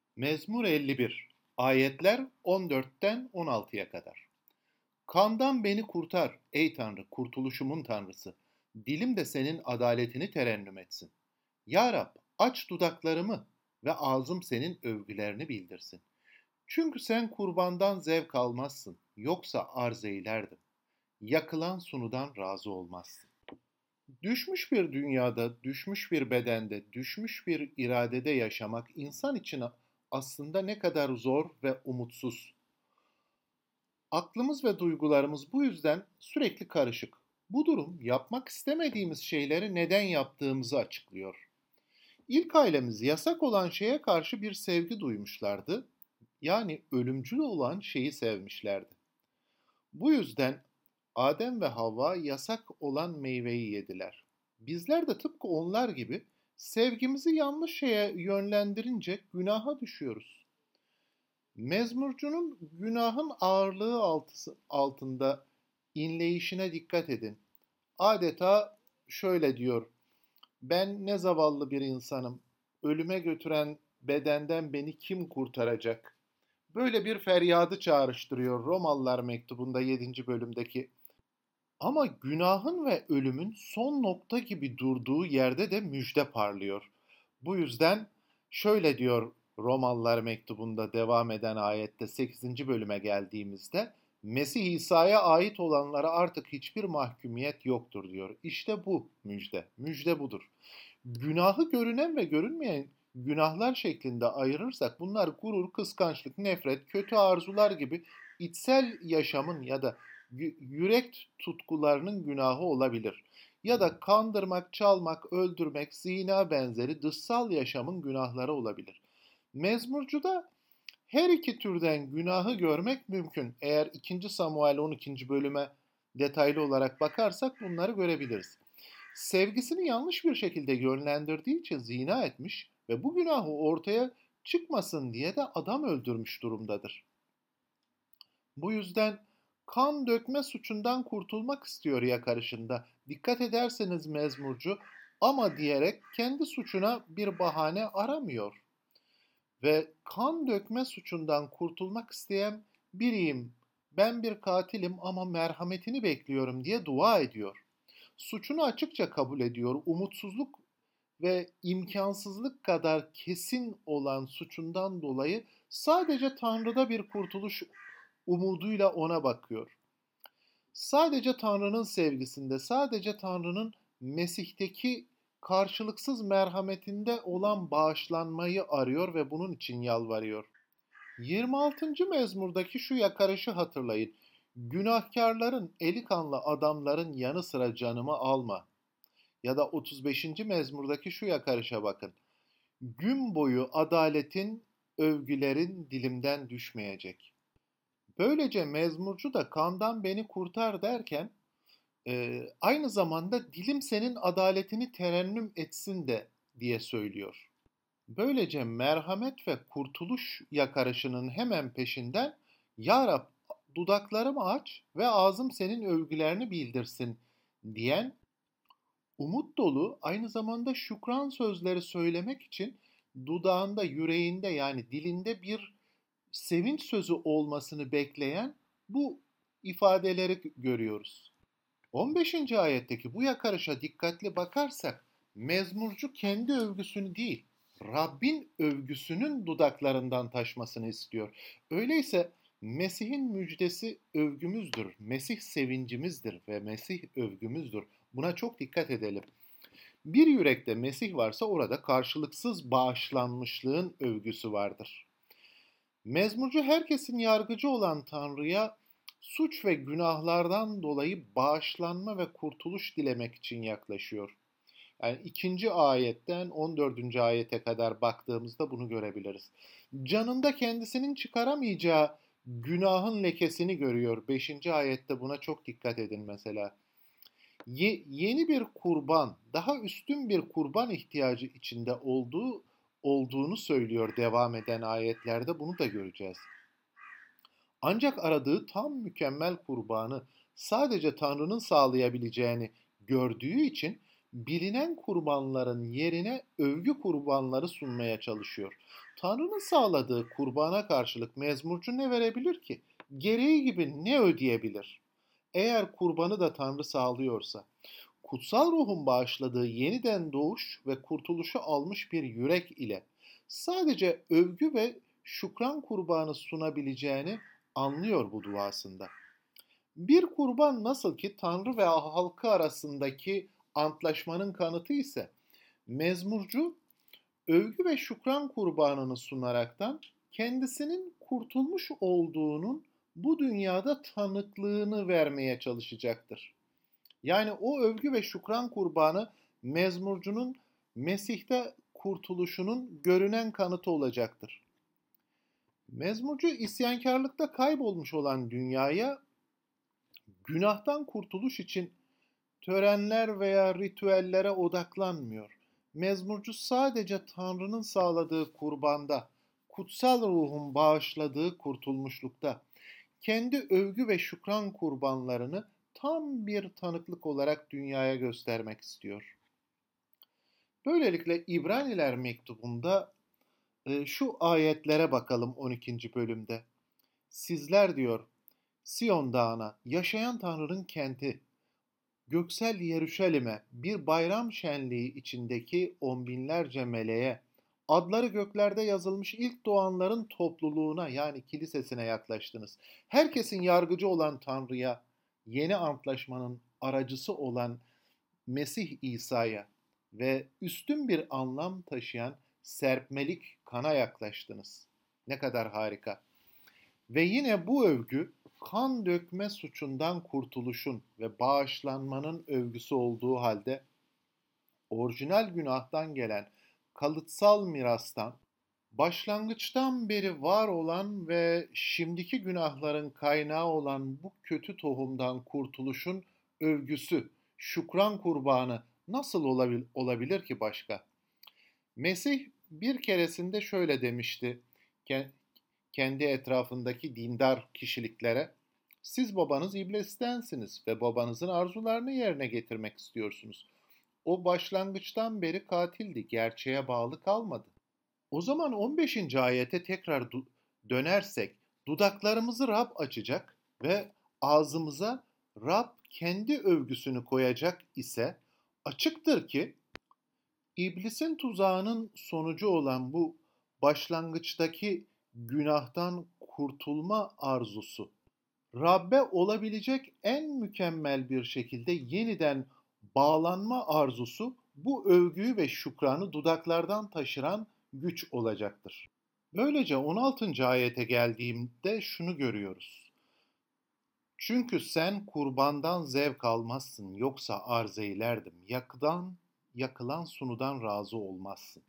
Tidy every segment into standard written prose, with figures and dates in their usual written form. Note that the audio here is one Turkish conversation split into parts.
Mezmur 51. Ayetler 14'ten 16'ya kadar. Kandan beni kurtar ey Tanrı, kurtuluşumun Tanrısı. Dilim de senin adaletini terennüm etsin. Ya Rab, aç dudaklarımı ve ağzım senin övgülerini bildirsin. Çünkü sen kurbandan zevk almazsın, yoksa arz eylerdim. Yakılan sunudan razı olmazsın. Düşmüş bir dünyada, düşmüş bir bedende, düşmüş bir iradede yaşamak insan için aslında ne kadar zor ve umutsuz. Aklımız ve duygularımız bu yüzden sürekli karışık. Bu durum yapmak istemediğimiz şeyleri neden yaptığımızı açıklıyor. İlk ailemiz yasak olan şeye karşı bir sevgi duymuşlardı. Yani ölümcül olan şeyi sevmişlerdi. Bu yüzden Adem ve Havva yasak olan meyveyi yediler. Bizler de tıpkı onlar gibi sevgimizi yanlış şeye yönlendirince günaha düşüyoruz. Mezmurcunun günahın ağırlığı altında inleyişine dikkat edin. Adeta şöyle diyor: ben ne zavallı bir insanım. Ölüme götüren bedenden beni kim kurtaracak? Böyle bir feryadı çağrıştırıyor Romalılar mektubunda 7. bölümdeki. Ama günahın ve ölümün son nokta gibi durduğu yerde de müjde parlıyor. Bu yüzden şöyle diyor Romalılar mektubunda devam eden ayette 8. bölüme geldiğimizde, Mesih İsa'ya ait olanlara artık hiçbir mahkumiyet yoktur diyor. İşte bu müjde. Müjde budur. Günahı görünen ve görünmeyen günahlar şeklinde ayırırsak bunlar gurur, kıskançlık, nefret, kötü arzular gibi içsel yaşamın ya da yürek tutkularının günahı olabilir. Ya da kandırmak, çalmak, öldürmek, zina benzeri dışsal yaşamın günahları olabilir. Mezmurcuda her iki türden günahı görmek mümkün. Eğer 2. Samuel 12. bölüme detaylı olarak bakarsak bunları görebiliriz. Sevgisini yanlış bir şekilde yönlendirdiği için zina etmiş ve bu günahı ortaya çıkmasın diye de adam öldürmüş durumdadır. Bu yüzden kan dökme suçundan kurtulmak istiyor yakarışında. Dikkat ederseniz mezmurcu ama diyerek kendi suçuna bir bahane aramıyor. Ve kan dökme suçundan kurtulmak isteyen biriyim. Ben bir katilim ama merhametini bekliyorum diye dua ediyor. Suçunu açıkça kabul ediyor. Umutsuzluk ve imkansızlık kadar kesin olan suçundan dolayı sadece Tanrı'da bir kurtuluş umuduyla ona bakıyor. Sadece Tanrı'nın sevgisinde, sadece Tanrı'nın Mesih'teki karşılıksız merhametinde olan bağışlanmayı arıyor ve bunun için yalvarıyor. 26. mezmurdaki şu yakarışı hatırlayın. Günahkarların, eli kanlı adamların yanı sıra canımı alma. Ya da 35. mezmurdaki şu yakarışa bakın. Gün boyu adaletin, övgülerin dilimden düşmeyecek. Böylece mezmurcu da kandan beni kurtar derken aynı zamanda dilim senin adaletini terennüm etsin de diye söylüyor. Böylece merhamet ve kurtuluş yakarışının hemen peşinden Ya Rab, dudaklarımı aç ve ağzım senin övgülerini bildirsin diyen umut dolu, aynı zamanda şükran sözleri söylemek için dudağında, yüreğinde yani dilinde bir sevinç sözü olmasını bekleyen bu ifadeleri görüyoruz. 15. ayetteki bu yakarışa dikkatli bakarsak mezmurcu kendi övgüsünü değil, Rabbin övgüsünün dudaklarından taşmasını istiyor. Öyleyse Mesih'in müjdesi övgümüzdür, Mesih sevincimizdir ve Mesih övgümüzdür. Buna çok dikkat edelim. Bir yürekte Mesih varsa orada karşılıksız bağışlanmışlığın övgüsü vardır. Mezmurcu herkesin yargıcı olan Tanrı'ya suç ve günahlardan dolayı bağışlanma ve kurtuluş dilemek için yaklaşıyor. Yani 2. ayetten 14. ayete kadar baktığımızda bunu görebiliriz. Canında kendisinin çıkaramayacağı günahın lekesini görüyor. 5. ayette buna çok dikkat edin mesela. Yeni bir kurban, daha üstün bir kurban ihtiyacı içinde olduğunu söylüyor devam eden ayetlerde, bunu da göreceğiz. Ancak aradığı tam mükemmel kurbanı sadece Tanrı'nın sağlayabileceğini gördüğü için bilinen kurbanların yerine övgü kurbanları sunmaya çalışıyor. Tanrı'nın sağladığı kurbana karşılık mezmurcu ne verebilir ki? Gereği gibi ne ödeyebilir? Eğer kurbanı da Tanrı sağlıyorsa, kutsal ruhun bağışladığı yeniden doğuş ve kurtuluşu almış bir yürek ile sadece övgü ve şükran kurbanı sunabileceğini anlıyor bu duasında. Bir kurban nasıl ki Tanrı ve halkı arasındaki antlaşmanın kanıtı ise, mezmurcu övgü ve şükran kurbanını sunaraktan kendisinin kurtulmuş olduğunun bu dünyada tanıklığını vermeye çalışacaktır. Yani o övgü ve şükran kurbanı mezmurcunun Mesih'te kurtuluşunun görünen kanıtı olacaktır. Mezmurcu isyankarlıkta kaybolmuş olan dünyaya günahtan kurtuluş için törenler veya ritüellere odaklanmıyor. Mezmurcu sadece Tanrı'nın sağladığı kurbanda, kutsal ruhun bağışladığı kurtulmuşlukta, kendi övgü ve şükran kurbanlarını tam bir tanıklık olarak dünyaya göstermek istiyor. Böylelikle İbraniler mektubunda şu ayetlere bakalım 12. bölümde. Sizler diyor, Siyon Dağı'na, yaşayan Tanrı'nın kenti, göksel Yeruşalim'e, bir bayram şenliği içindeki on binlerce meleğe, adları göklerde yazılmış ilk doğanların topluluğuna yani kilisesine yaklaştınız. Herkesin yargıcı olan Tanrı'ya, yeni antlaşmanın aracısı olan Mesih İsa'ya ve üstün bir anlam taşıyan serpmelik kana yaklaştınız. Ne kadar harika. Ve yine bu övgü kan dökme suçundan kurtuluşun ve bağışlanmanın övgüsü olduğu halde orijinal günahtan gelen kalıtsal mirastan, başlangıçtan beri var olan ve şimdiki günahların kaynağı olan bu kötü tohumdan kurtuluşun övgüsü, şükran kurbanı nasıl olabilir ki başka? Mesih bir keresinde şöyle demişti kendi etrafındaki dindar kişiliklere, siz babanız İblistensiniz ve babanızın arzularını yerine getirmek istiyorsunuz. O başlangıçtan beri katildi, gerçeğe bağlı kalmadı. O zaman 15. ayete tekrar dönersek, dudaklarımızı Rab açacak ve ağzımıza Rab kendi övgüsünü koyacak ise açıktır ki İblisin tuzağının sonucu olan bu başlangıçtaki günahtan kurtulma arzusu, Rabbe olabilecek en mükemmel bir şekilde yeniden bağlanma arzusu bu övgüyü ve şükranı dudaklardan taşıran güç olacaktır. Böylece 16. ayete geldiğimde şunu görüyoruz. Çünkü sen kurbandan zevk almazsın, yoksa arz eylerdim. Yakılan sunudan razı olmazsın.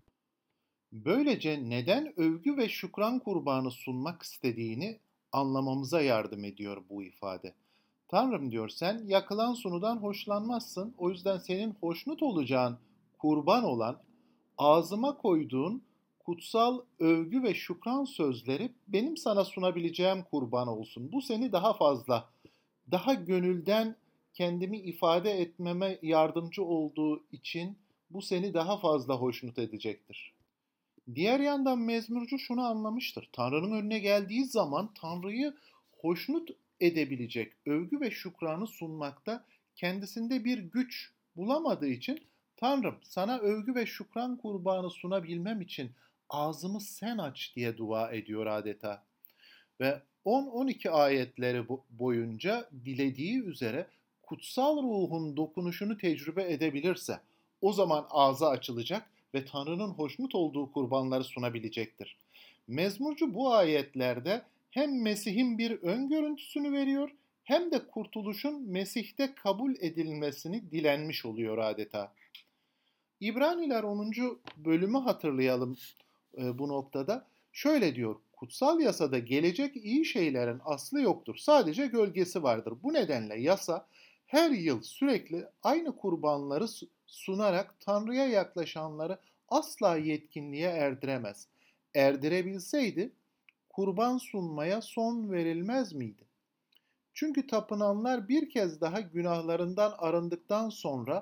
Böylece neden övgü ve şükran kurbanı sunmak istediğini anlamamıza yardım ediyor bu ifade. Tanrım diyor, sen yakılan sunudan hoşlanmazsın. O yüzden senin hoşnut olacağın kurban olan ağzıma koyduğun kutsal övgü ve şükran sözleri benim sana sunabileceğim kurban olsun. Bu seni daha fazla, daha gönülden kendimi ifade etmeme yardımcı olduğu için bu seni daha fazla hoşnut edecektir. Diğer yandan mezmurcu şunu anlamıştır. Tanrı'nın önüne geldiği zaman Tanrı'yı hoşnut edebilecek övgü ve şükranı sunmakta kendisinde bir güç bulamadığı için Tanrım sana övgü ve şükran kurbanı sunabilmem için ağzımı sen aç diye dua ediyor adeta. Ve 10-12 ayetleri boyunca dilediği üzere kutsal ruhun dokunuşunu tecrübe edebilirse o zaman ağzı açılacak ve Tanrı'nın hoşnut olduğu kurbanları sunabilecektir. Mezmurcu bu ayetlerde hem Mesih'in bir öngörüntüsünü veriyor hem de kurtuluşun Mesih'te kabul edilmesini dilenmiş oluyor adeta. İbraniler 10. bölümü hatırlayalım bu noktada. Şöyle diyor, kutsal yasada gelecek iyi şeylerin aslı yoktur. Sadece gölgesi vardır. Bu nedenle yasa her yıl sürekli aynı kurbanları sunarak Tanrı'ya yaklaşanları asla yetkinliğe erdiremez. Erdirebilseydi kurban sunmaya son verilmez miydi? Çünkü tapınanlar bir kez daha günahlarından arındıktan sonra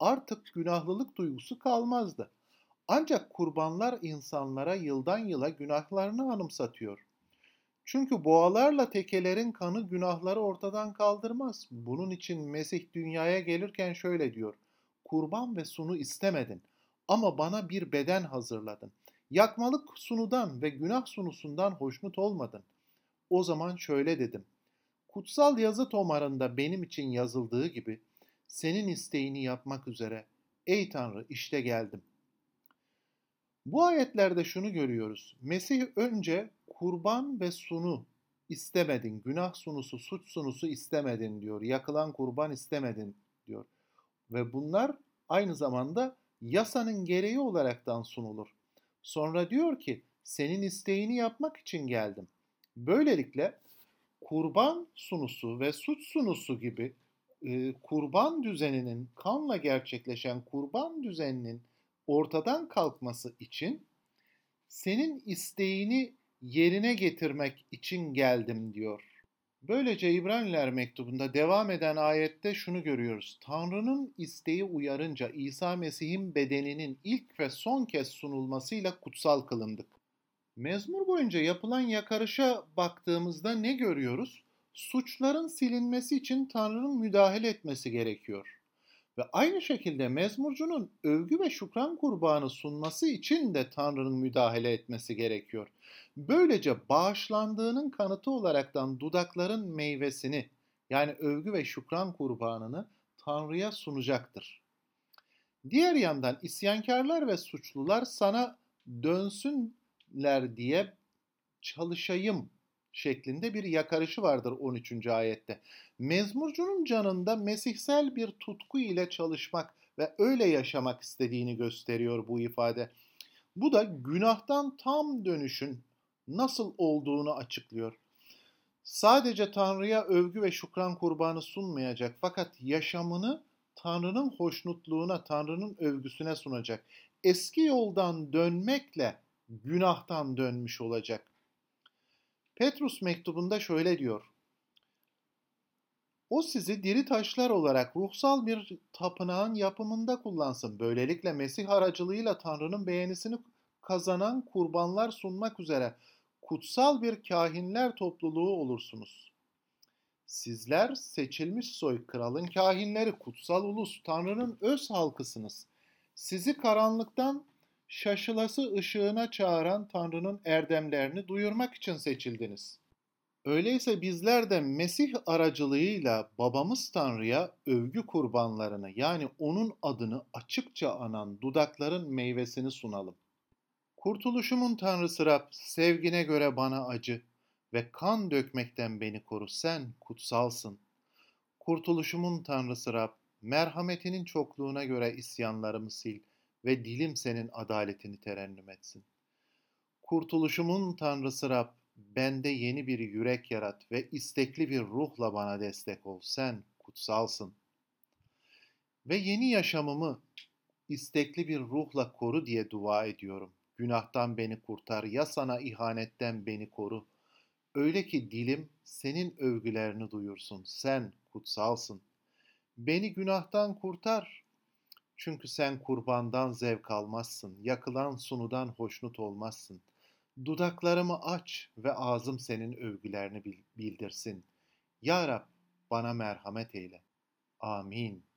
artık günahlılık duygusu kalmazdı. Ancak kurbanlar insanlara yıldan yıla günahlarını anımsatıyor. Çünkü boğalarla tekelerin kanı günahları ortadan kaldırmaz. Bunun için Mesih dünyaya gelirken şöyle diyor: Kurban ve sunu istemedin ama bana bir beden hazırladın. Yakmalık sunudan ve günah sunusundan hoşnut olmadın. O zaman şöyle dedim: Kutsal yazı tomarında benim için yazıldığı gibi senin isteğini yapmak üzere ey Tanrı işte geldim. Bu ayetlerde şunu görüyoruz. Mesih önce kurban ve sunu istemedin, günah sunusu, suç sunusu istemedin diyor. Yakılan kurban istemedin diyor. Ve bunlar aynı zamanda yasanın gereği olaraktan sunulur. Sonra diyor ki senin isteğini yapmak için geldim. Böylelikle kurban sunusu ve suç sunusu gibi kurban düzeninin, kanla gerçekleşen kurban düzeninin ortadan kalkması için senin isteğini yerine getirmek için geldim diyor. Böylece İbraniler mektubunda devam eden ayette şunu görüyoruz. Tanrı'nın isteği uyarınca İsa Mesih'in bedeninin ilk ve son kez sunulmasıyla kutsal kılındık. Mezmur boyunca yapılan yakarışa baktığımızda ne görüyoruz? Suçların silinmesi için Tanrı'nın müdahale etmesi gerekiyor. Ve aynı şekilde mezmurcunun övgü ve şükran kurbanı sunması için de Tanrı'nın müdahale etmesi gerekiyor. Böylece bağışlandığının kanıtı olaraktan dudakların meyvesini, yani övgü ve şükran kurbanını Tanrı'ya sunacaktır. Diğer yandan isyankarlar ve suçlular sana dönsünler diye çalışayım şeklinde bir yakarışı vardır 13. ayette. Mezmurcunun canında mesihsel bir tutku ile çalışmak ve öyle yaşamak istediğini gösteriyor bu ifade. Bu da günahtan tam dönüşün nasıl olduğunu açıklıyor. Sadece Tanrı'ya övgü ve şükran kurbanı sunmayacak fakat yaşamını Tanrı'nın hoşnutluğuna, Tanrı'nın övgüsüne sunacak. Eski yoldan dönmekle günahtan dönmüş olacak. Petrus mektubunda şöyle diyor: O sizi diri taşlar olarak ruhsal bir tapınağın yapımında kullansın. Böylelikle Mesih aracılığıyla Tanrı'nın beğenisini kazanan kurbanlar sunmak üzere kutsal bir kahinler topluluğu olursunuz. Sizler seçilmiş soy, kralın kahinleri, kutsal ulus, Tanrı'nın öz halkısınız. Sizi karanlıktan şaşılası ışığına çağıran Tanrı'nın erdemlerini duyurmak için seçildiniz. Öyleyse bizler de Mesih aracılığıyla babamız Tanrı'ya övgü kurbanlarını, yani onun adını açıkça anan dudakların meyvesini sunalım. Kurtuluşumun Tanrısı Rab, sevgine göre bana acı ve kan dökmekten beni koru, sen kutsalsın. Kurtuluşumun Tanrısı Rab, merhametinin çokluğuna göre isyanlarımı sil ve dilim senin adaletini terennüm etsin. Kurtuluşumun Tanrısı Rab, bende yeni bir yürek yarat ve istekli bir ruhla bana destek ol. Sen kutsalsın. Ve yeni yaşamımı istekli bir ruhla koru diye dua ediyorum. Günahtan beni kurtar, ya sana ihanetten beni koru. Öyle ki dilim senin övgülerini duyursun. Sen kutsalsın. Beni günahtan kurtar. Çünkü sen kurbandan zevk almazsın. Yakılan sunudan hoşnut olmazsın. Dudaklarımı aç ve ağzım senin övgülerini bildirsin. Ya Rab, bana merhamet eyle. Amin.